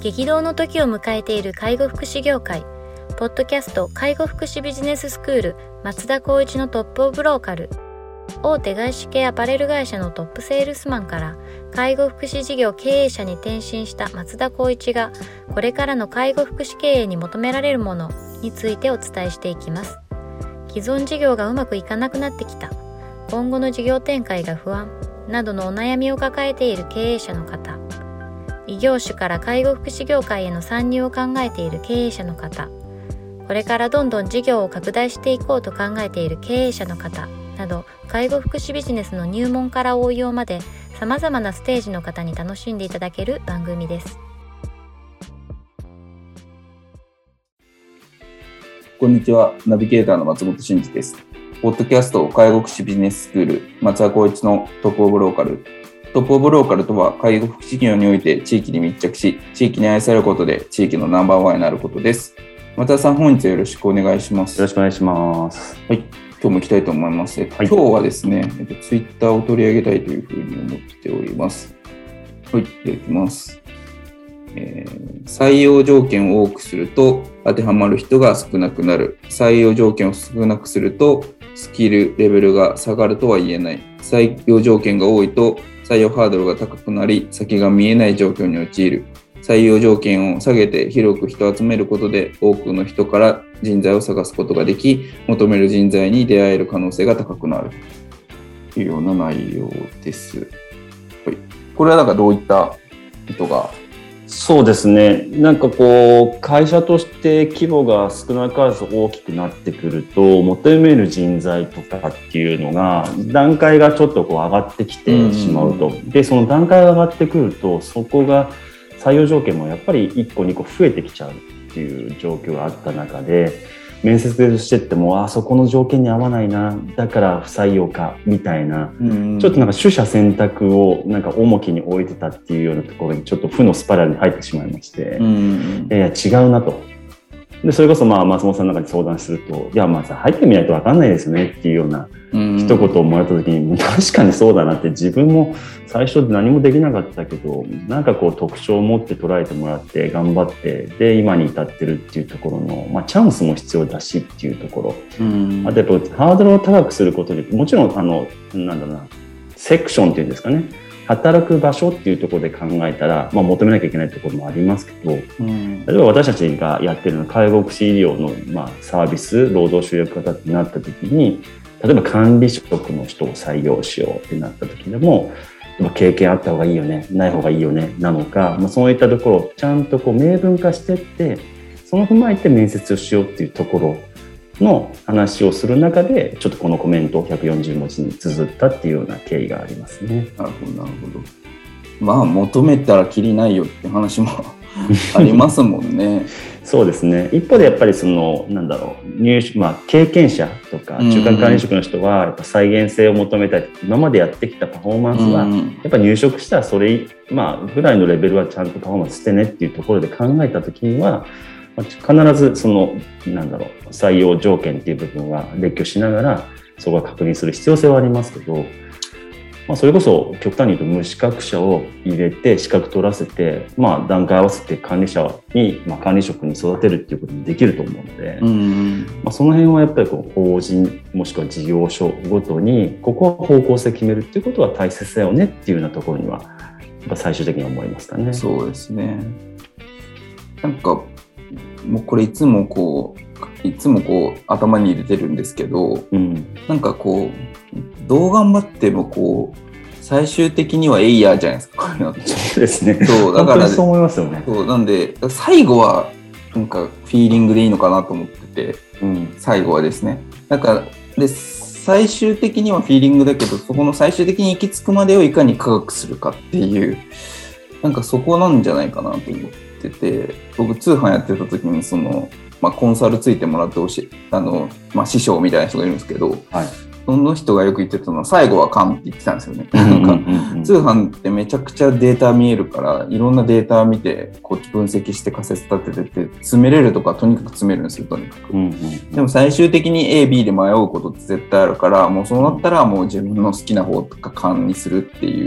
激動の時を迎えている介護福祉業界。ポッドキャスト介護福祉ビジネススクール松田光一のトップオブローカル。大手外資系アパレル会社のトップセールスマンから介護福祉事業経営者に転身した松田光一が、これからの介護福祉経営に求められるものについてお伝えしていきます。既存事業がうまくいかなくなってきた、今後の事業展開が不安などのお悩みを抱えている経営者の方、異業種から介護福祉業界への参入を考えている経営者の方、これからどんどん事業を拡大していこうと考えている経営者の方など、介護福祉ビジネスの入門から応用まで様々なステージの方に楽しんでいただける番組です。 こんにちは、ナビゲーターの松本真二です。ポッドキャスト介護福祉ビジネススクール松田光一のトップオブローカル。トップオブローカルとは、介護福祉業において地域に密着し、地域に愛されることで地域のナンバーワンになることです。松田さん、本日はよろしくお願いします。 よろしくお願いします。 はい、今日も行きたいと思います。今日はですね、ツイッターを取り上げたいというふうに思っております。はい、では行きます。採用条件を多くすると当てはまる人が少なくなる。採用条件を少なくするとスキルレベルが下がるとは言えない。採用条件が多いと採用ハードルが高くなり、先が見えない状況に陥る。採用条件を下げて広く人を集めることで、多くの人から人材を探すことができ、求める人材に出会える可能性が高くなるというような内容です。はい、これはなんかどういった意図が？ そうですね、なんかこう会社として規模が少なからず大きくなってくると、求める人材とかっていうのが段階がちょっとこう上がってきてしまうと、でその段階が上がってくると、そこが採用条件もやっぱり1個2個増えてきちゃうっていう状況があった中で、面接してってもそこの条件に合わないな、だから不採用かみたいな、ちょっとなんか取捨選択をなんか重きに置いてたっていうようなところにちょっと負のスパイラルに入ってしまいまして、いや違うなと。でそれこそ松本さんの中に相談すると、いやまず入ってみないと分かんないですよねっていうような一言をもらった時に、確かにそうだなって、自分も最初何もできなかったけど、なんかこう特徴を持って捉えてもらって頑張って、で今に至ってるっていうところの、チャンスも必要だしっていうところ、あとやっぱハードルを高くすることに、もちろんなんだろうな、セクションっていうんですかね、働く場所っていうところで考えたら、求めなきゃいけないところもありますけど、例えば私たちがやってるのは介護福祉医療の、サービス労働集約型ってなった時に、例えば管理職の人を採用しようってなった時でも、経験あった方がいいよね、ない方がいいよねなのか、そういったところをちゃんとこう明文化していって、その踏まえて面接をしようっていうところの話をする中で、ちょっとこのコメントを140文字に綴ったっていうような経緯がありますね。 なるほどなるほど。求めたらきりないよって話もありますもんね。 そうですね。一方でやっぱり経験者とか中間管理職の人はやっぱ再現性を求めたい。今までやってきたパフォーマンスはやっぱ入職したらそれぐらいのレベルはちゃんとパフォーマンスしてねっていうところで考えた時には、必ず採用条件っていう部分は列挙しながらそこは確認する必要性はありますけど、それこそ極端に言うと無資格者を入れて資格取らせて、段階合わせて管理者に、管理職に育てるっていうこともできると思うので、その辺はやっぱり法人もしくは事業所ごとにここは方向性決めるっていうことは大切だよねっていうようなところにはやっぱ最終的に思いますかね。 そうですね。なんかもうこれいつも頭に入れてるんですけど、なんかこうどう頑張っても最終的にはエイヤーじゃないですか。 そうですね。 そうだからそう思いますよね。 そうなんで最後はなんかフィーリングでいいのかなと思ってて、最後はですね。で最終的にはフィーリングだけど、そこの最終的に行き着くまでをいかに科学するかっていう、なんかそこなんじゃないかなと思ってて、僕通販やってた時にコンサルついてもらって師匠みたいな人がいるんですけど、その人がよく言ってたのは、最後は勘って言ってたんですよね。通販ってめちゃくちゃデータ見えるから、いろんなデータ見て分析して仮説立てて詰めれるとか、とにかく詰めるんですよ、とにかく。でも最終的に A、B で迷うことって絶対あるから、もうそうなったらもう自分の好きな方とか勘にするっていう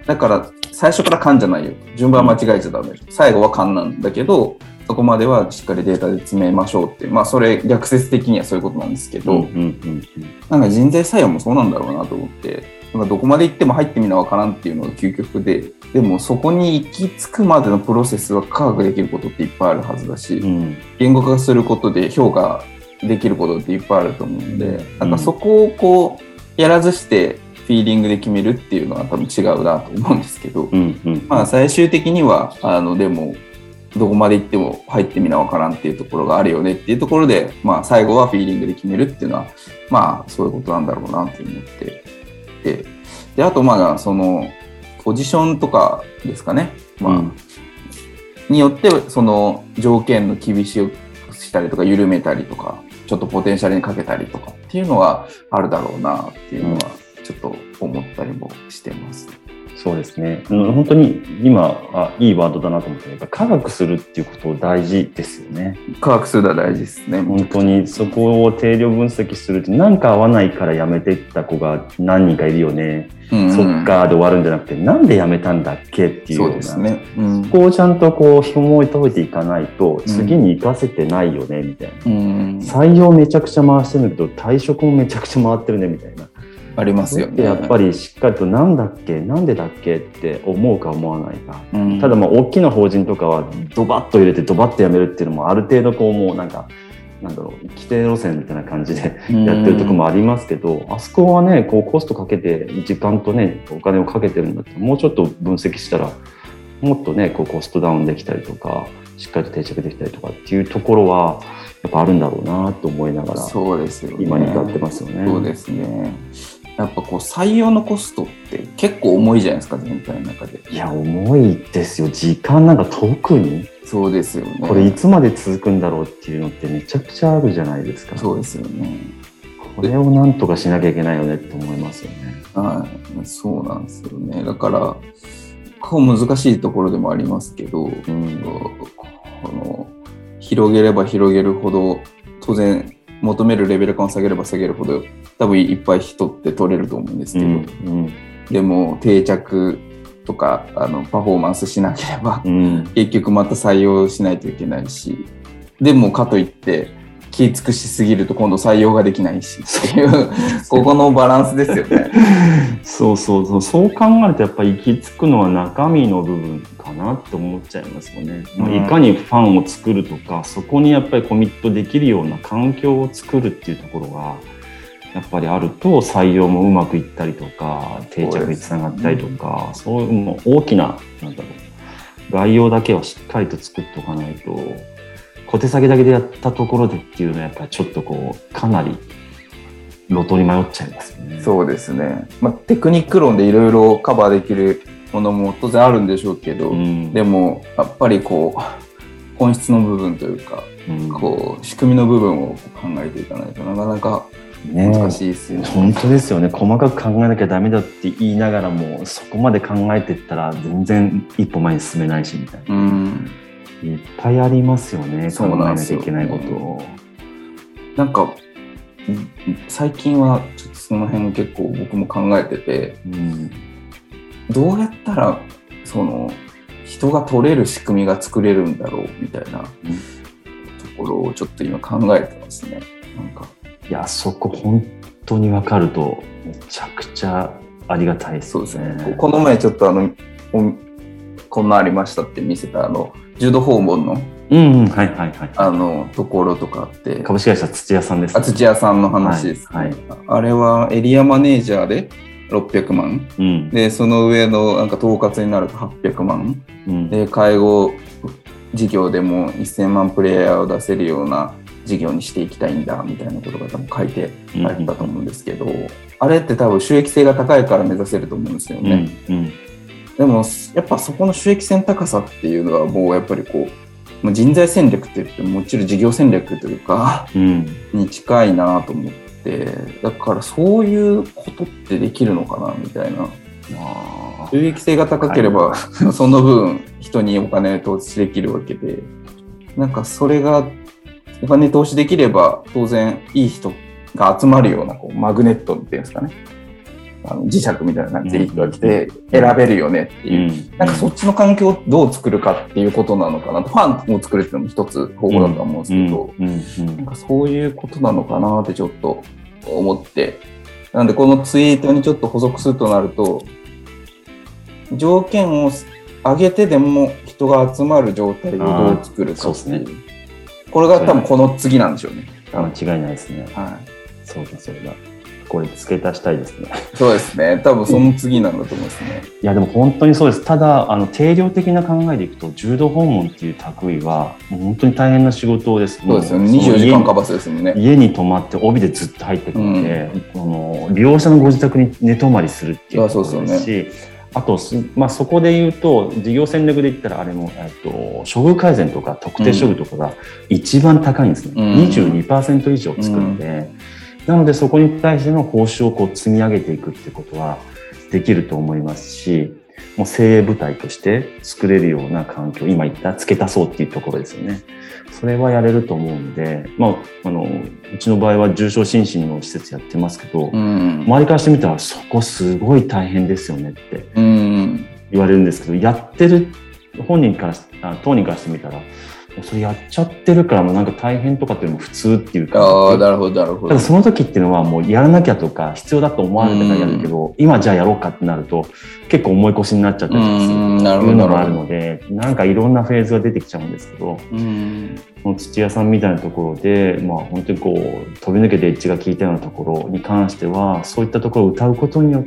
だから最初から勘じゃないよ。順番間違えちゃダメ。最後は勘なんだけど、そこまではしっかりデータで詰めましょうっていう、まあそれ逆説的にはそういうことなんですけど、なんか人材採用もそうなんだろうなと思って、なんかどこまで行っても入ってみなわからんっていうのが究極で、でもそこに行き着くまでのプロセスは科学できることっていっぱいあるはずだし、言語化することで評価できることっていっぱいあると思うんで、なんかそこをこうやらずしてフィーリングで決めるっていうのは多分違うなと思うんですけど、まあ最終的にはでもどこまで行っても入ってみなわからんっていうところがあるよねっていうところで、まあ最後はフィーリングで決めるっていうのはまあそういうことなんだろうなって思ってで、あとまあそのポジションとかですかね、まあによってその条件の厳しくしたりとか緩めたりとかちょっとポテンシャルにかけたりとかっていうのはあるだろうなっていうのはちょっと思ったりもしてます。 そうですね。本当に今いいワードだなと思って、やっぱ科学するっていうこと大事ですよね。 科学するのは大事ですね。 本当にそこを定量分析するってなんか合わないからやめていった子が何人かいるよね。そっかで終わるんじゃなくて、なんでやめたんだっけっていうような、そうですね。そこをちゃんとこう紐を解いていかないと次に活かせてないよねみたいな。採用めちゃくちゃ回してるけど退職もめちゃくちゃ回ってるねみたいな。 ありますよね。 やっぱりしっかりとなんだっけなんでだっけって思うか思わないか、ただまあ大きな法人とかはドバッと入れてドバッとやめるっていうのもある程度こうもうなんだろう規定路線みたいな感じでやってるとこもありますけど、あそこはねこうコストかけて時間とねお金をかけてるんだってもうちょっと分析したらもっとねこうコストダウンできたりとかしっかりと定着できたりとかっていうところはやっぱあるんだろうなと思いながら、 そうですよね、 今に至ってますよね。 そうですね。やっぱこう採用のコストって結構重いじゃないですか、全体の中で。 いや重いですよ。時間なんか特にそうですよね。 これいつまで続くんだろうっていうのってめちゃくちゃあるじゃないですか。 そうですよね。 これをなんとかしなきゃいけないよねって思いますよね。 はい、そうなんですよね。だからこう難しいところでもありますけど、この広げれば広げるほど当然求めるレベル感を下げれば下げるほど多分いっぱい人って取れると思うんですけど、でも定着とかパフォーマンスしなければ、結局また採用しないといけないし、でもかといって気尽くしすぎると今度採用ができないしっていうここのバランスですよね。 そう考えるとやっぱり行き着くのは中身の部分かなって思っちゃいますよね。いかにファンを作るとかそこにやっぱりコミットできるような環境を作るっていうところがやっぱりあると採用もうまくいったりとか定着につながったりとか、そういうもう大きな概要だけはしっかりと作っておかないと小手先だけでやったところでっていうのはやっぱりちょっとこうかなり路頭に迷っちゃいますよね。 そうですね。テクニック論でいろいろカバーできるものも当然あるんでしょうけど、でもやっぱりこう本質の部分というか、こう仕組みの部分を考えていかないとなかなか難しいですよね。 本当ですよね。細かく考えなきゃダメだって言いながらもそこまで考えていったら全然一歩前に進めないしみたいな。いっぱいありますよね。考えなきゃいけないことを。 なんか最近はちょっとその辺結構僕も考えてて、どうやったらその人が取れる仕組みが作れるんだろうみたいなところをちょっと今考えてますね。なんかいやそこ本当に分かるとめちゃくちゃありがたいですね。 そうですね。この前ちょっとこんなありましたって見せた柔道訪問のところとかあって株式会社土屋さんですね。 土屋さんの話です、あれはエリアマネージャーで600万、でその上のなんか統括になると800万、で介護事業でも1000万プレイヤーを出せるような事業にしていきたいんだみたいなことが多分書いてあったと思うんですけど、あれって多分収益性が高いから目指せると思うんですよね。でもやっぱそこの収益性の高さっていうのはもうやっぱりこう人材戦略って言ってもちろん事業戦略というか、に近いなと思って、だからそういうことってできるのかなみたいな。収益性が高ければその分人にお金投資できるわけで、なんかそれがお金投資できれば当然いい人が集まるようなこうマグネットっていうんですかね、 磁石みたいな感じで糸が来て選べるよねっていう、なんかそっちの環境をどう作るかっていうことなのかなと。ファンを作るっていうのも一つ方法だと思うんですけど、なんかそういうことなのかなってちょっと思って、なんでこのツイートにちょっと補足するとなると、条件を上げてでも人が集まる状態をどう作るかっていう、これが多分この次なんでしょうね。 間違いないですね。はい。そうだ。これ付け足したいですね。 そうですね。多分その次なんだと思いますね。 いやでも本当にそうです。ただ定量的な考えでいくと柔道訪問っていう匠はもう本当に大変な仕事です。 そうですよね。24時間カバスですもんね。 家に泊まって帯でずっと入ってくるので、利用者のご自宅に寝泊まりするっていうことですし、あとそこで言うと事業戦略で言ったらあれも処遇改善とか特定処遇とかが一番高いんですね。22% 以上つくので。なのでそこに対しての報酬を積み上げていくってことはできると思いますし、もう精鋭部隊として作れるような環境、今言った付け足そうっていうところですよね。それはやれると思うので、うちの場合は重症心身の施設やってますけど、周りからしてみたらそこすごい大変ですよねって言われるんですけど、やってる当人からしてみたらそれやっちゃってるからもうなんか大変とかっていうのも普通っていうか、 なるほどなるほど。 ただその時っていうのはもうやらなきゃとか必要だと思われてからやるけど、今じゃあやろうかってなると結構重い腰になっちゃったりとかするっていうのがあるので、なんかいろんなフェーズが出てきちゃうんですけど、この土屋さんみたいなところで、本当に飛び抜けてエッジが効いたようなところに関してはそういったところを謳うことによって、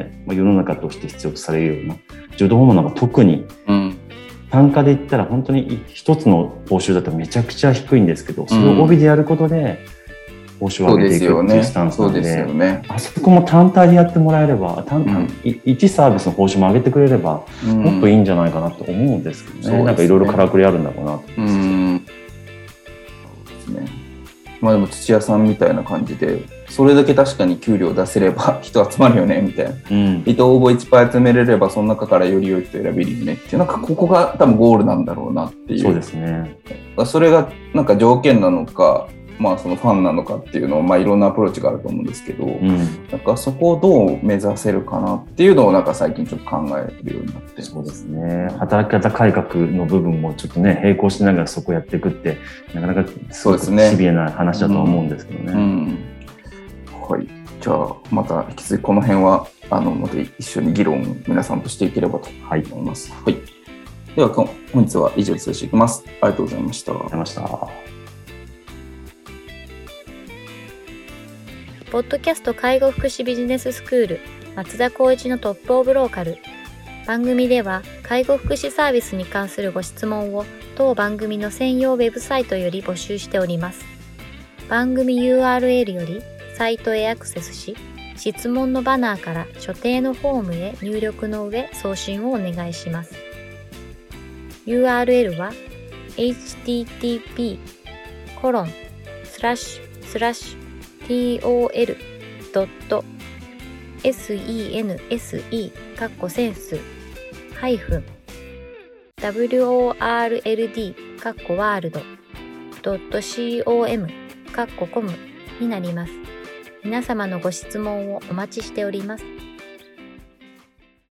世の中として必要とされるような柔道訪問なんか特に、単価で言ったら本当に一つの報酬だとめちゃくちゃ低いんですけど、それを帯でやることで報酬を上げていくっていうスタンスなので、あそこも単体でやってもらえれば、1サービスの報酬も上げてくれればもっといいんじゃないかなと思うんですけどね。なんかいろいろからくりあるんだろうなと思います。 でも土屋さんみたいな感じでそれだけ確かに給料出せれば人集まるよねみたいな、人応募1倍集めれればその中からより良い人選べるよねっていう、なんかここが多分ゴールなんだろうなっていう。 そうですね。 それがなんか条件なのか、そのファンなのかっていうのをいろんなアプローチがあると思うんですけど、なんかそこをどう目指せるかなっていうのをなんか最近ちょっと考えるようになって。 そうですね。働き方改革の部分もちょっとね並行しながらそこやっていくってなかなかすごくシビアな話だと思うんですけどね。 はい。じゃあまた引き続きこの辺はまた一緒に議論を皆さんとしていければと思います。はい。では本日は以上にさせていきます。ありがとうございました。 ありがとうございました。 ポッドキャスト介護福祉ビジネススクール松田光一のトップオブローカル。番組では介護福祉サービスに関するご質問を当番組の専用ウェブサイトより募集しております。番組 URL よりサイトへアクセスし、質問のバナーから所定のフォームへ入力の上送信をお願いします。URL は http://tol.sense.world.com になります。皆様のご質問をお待ちしております。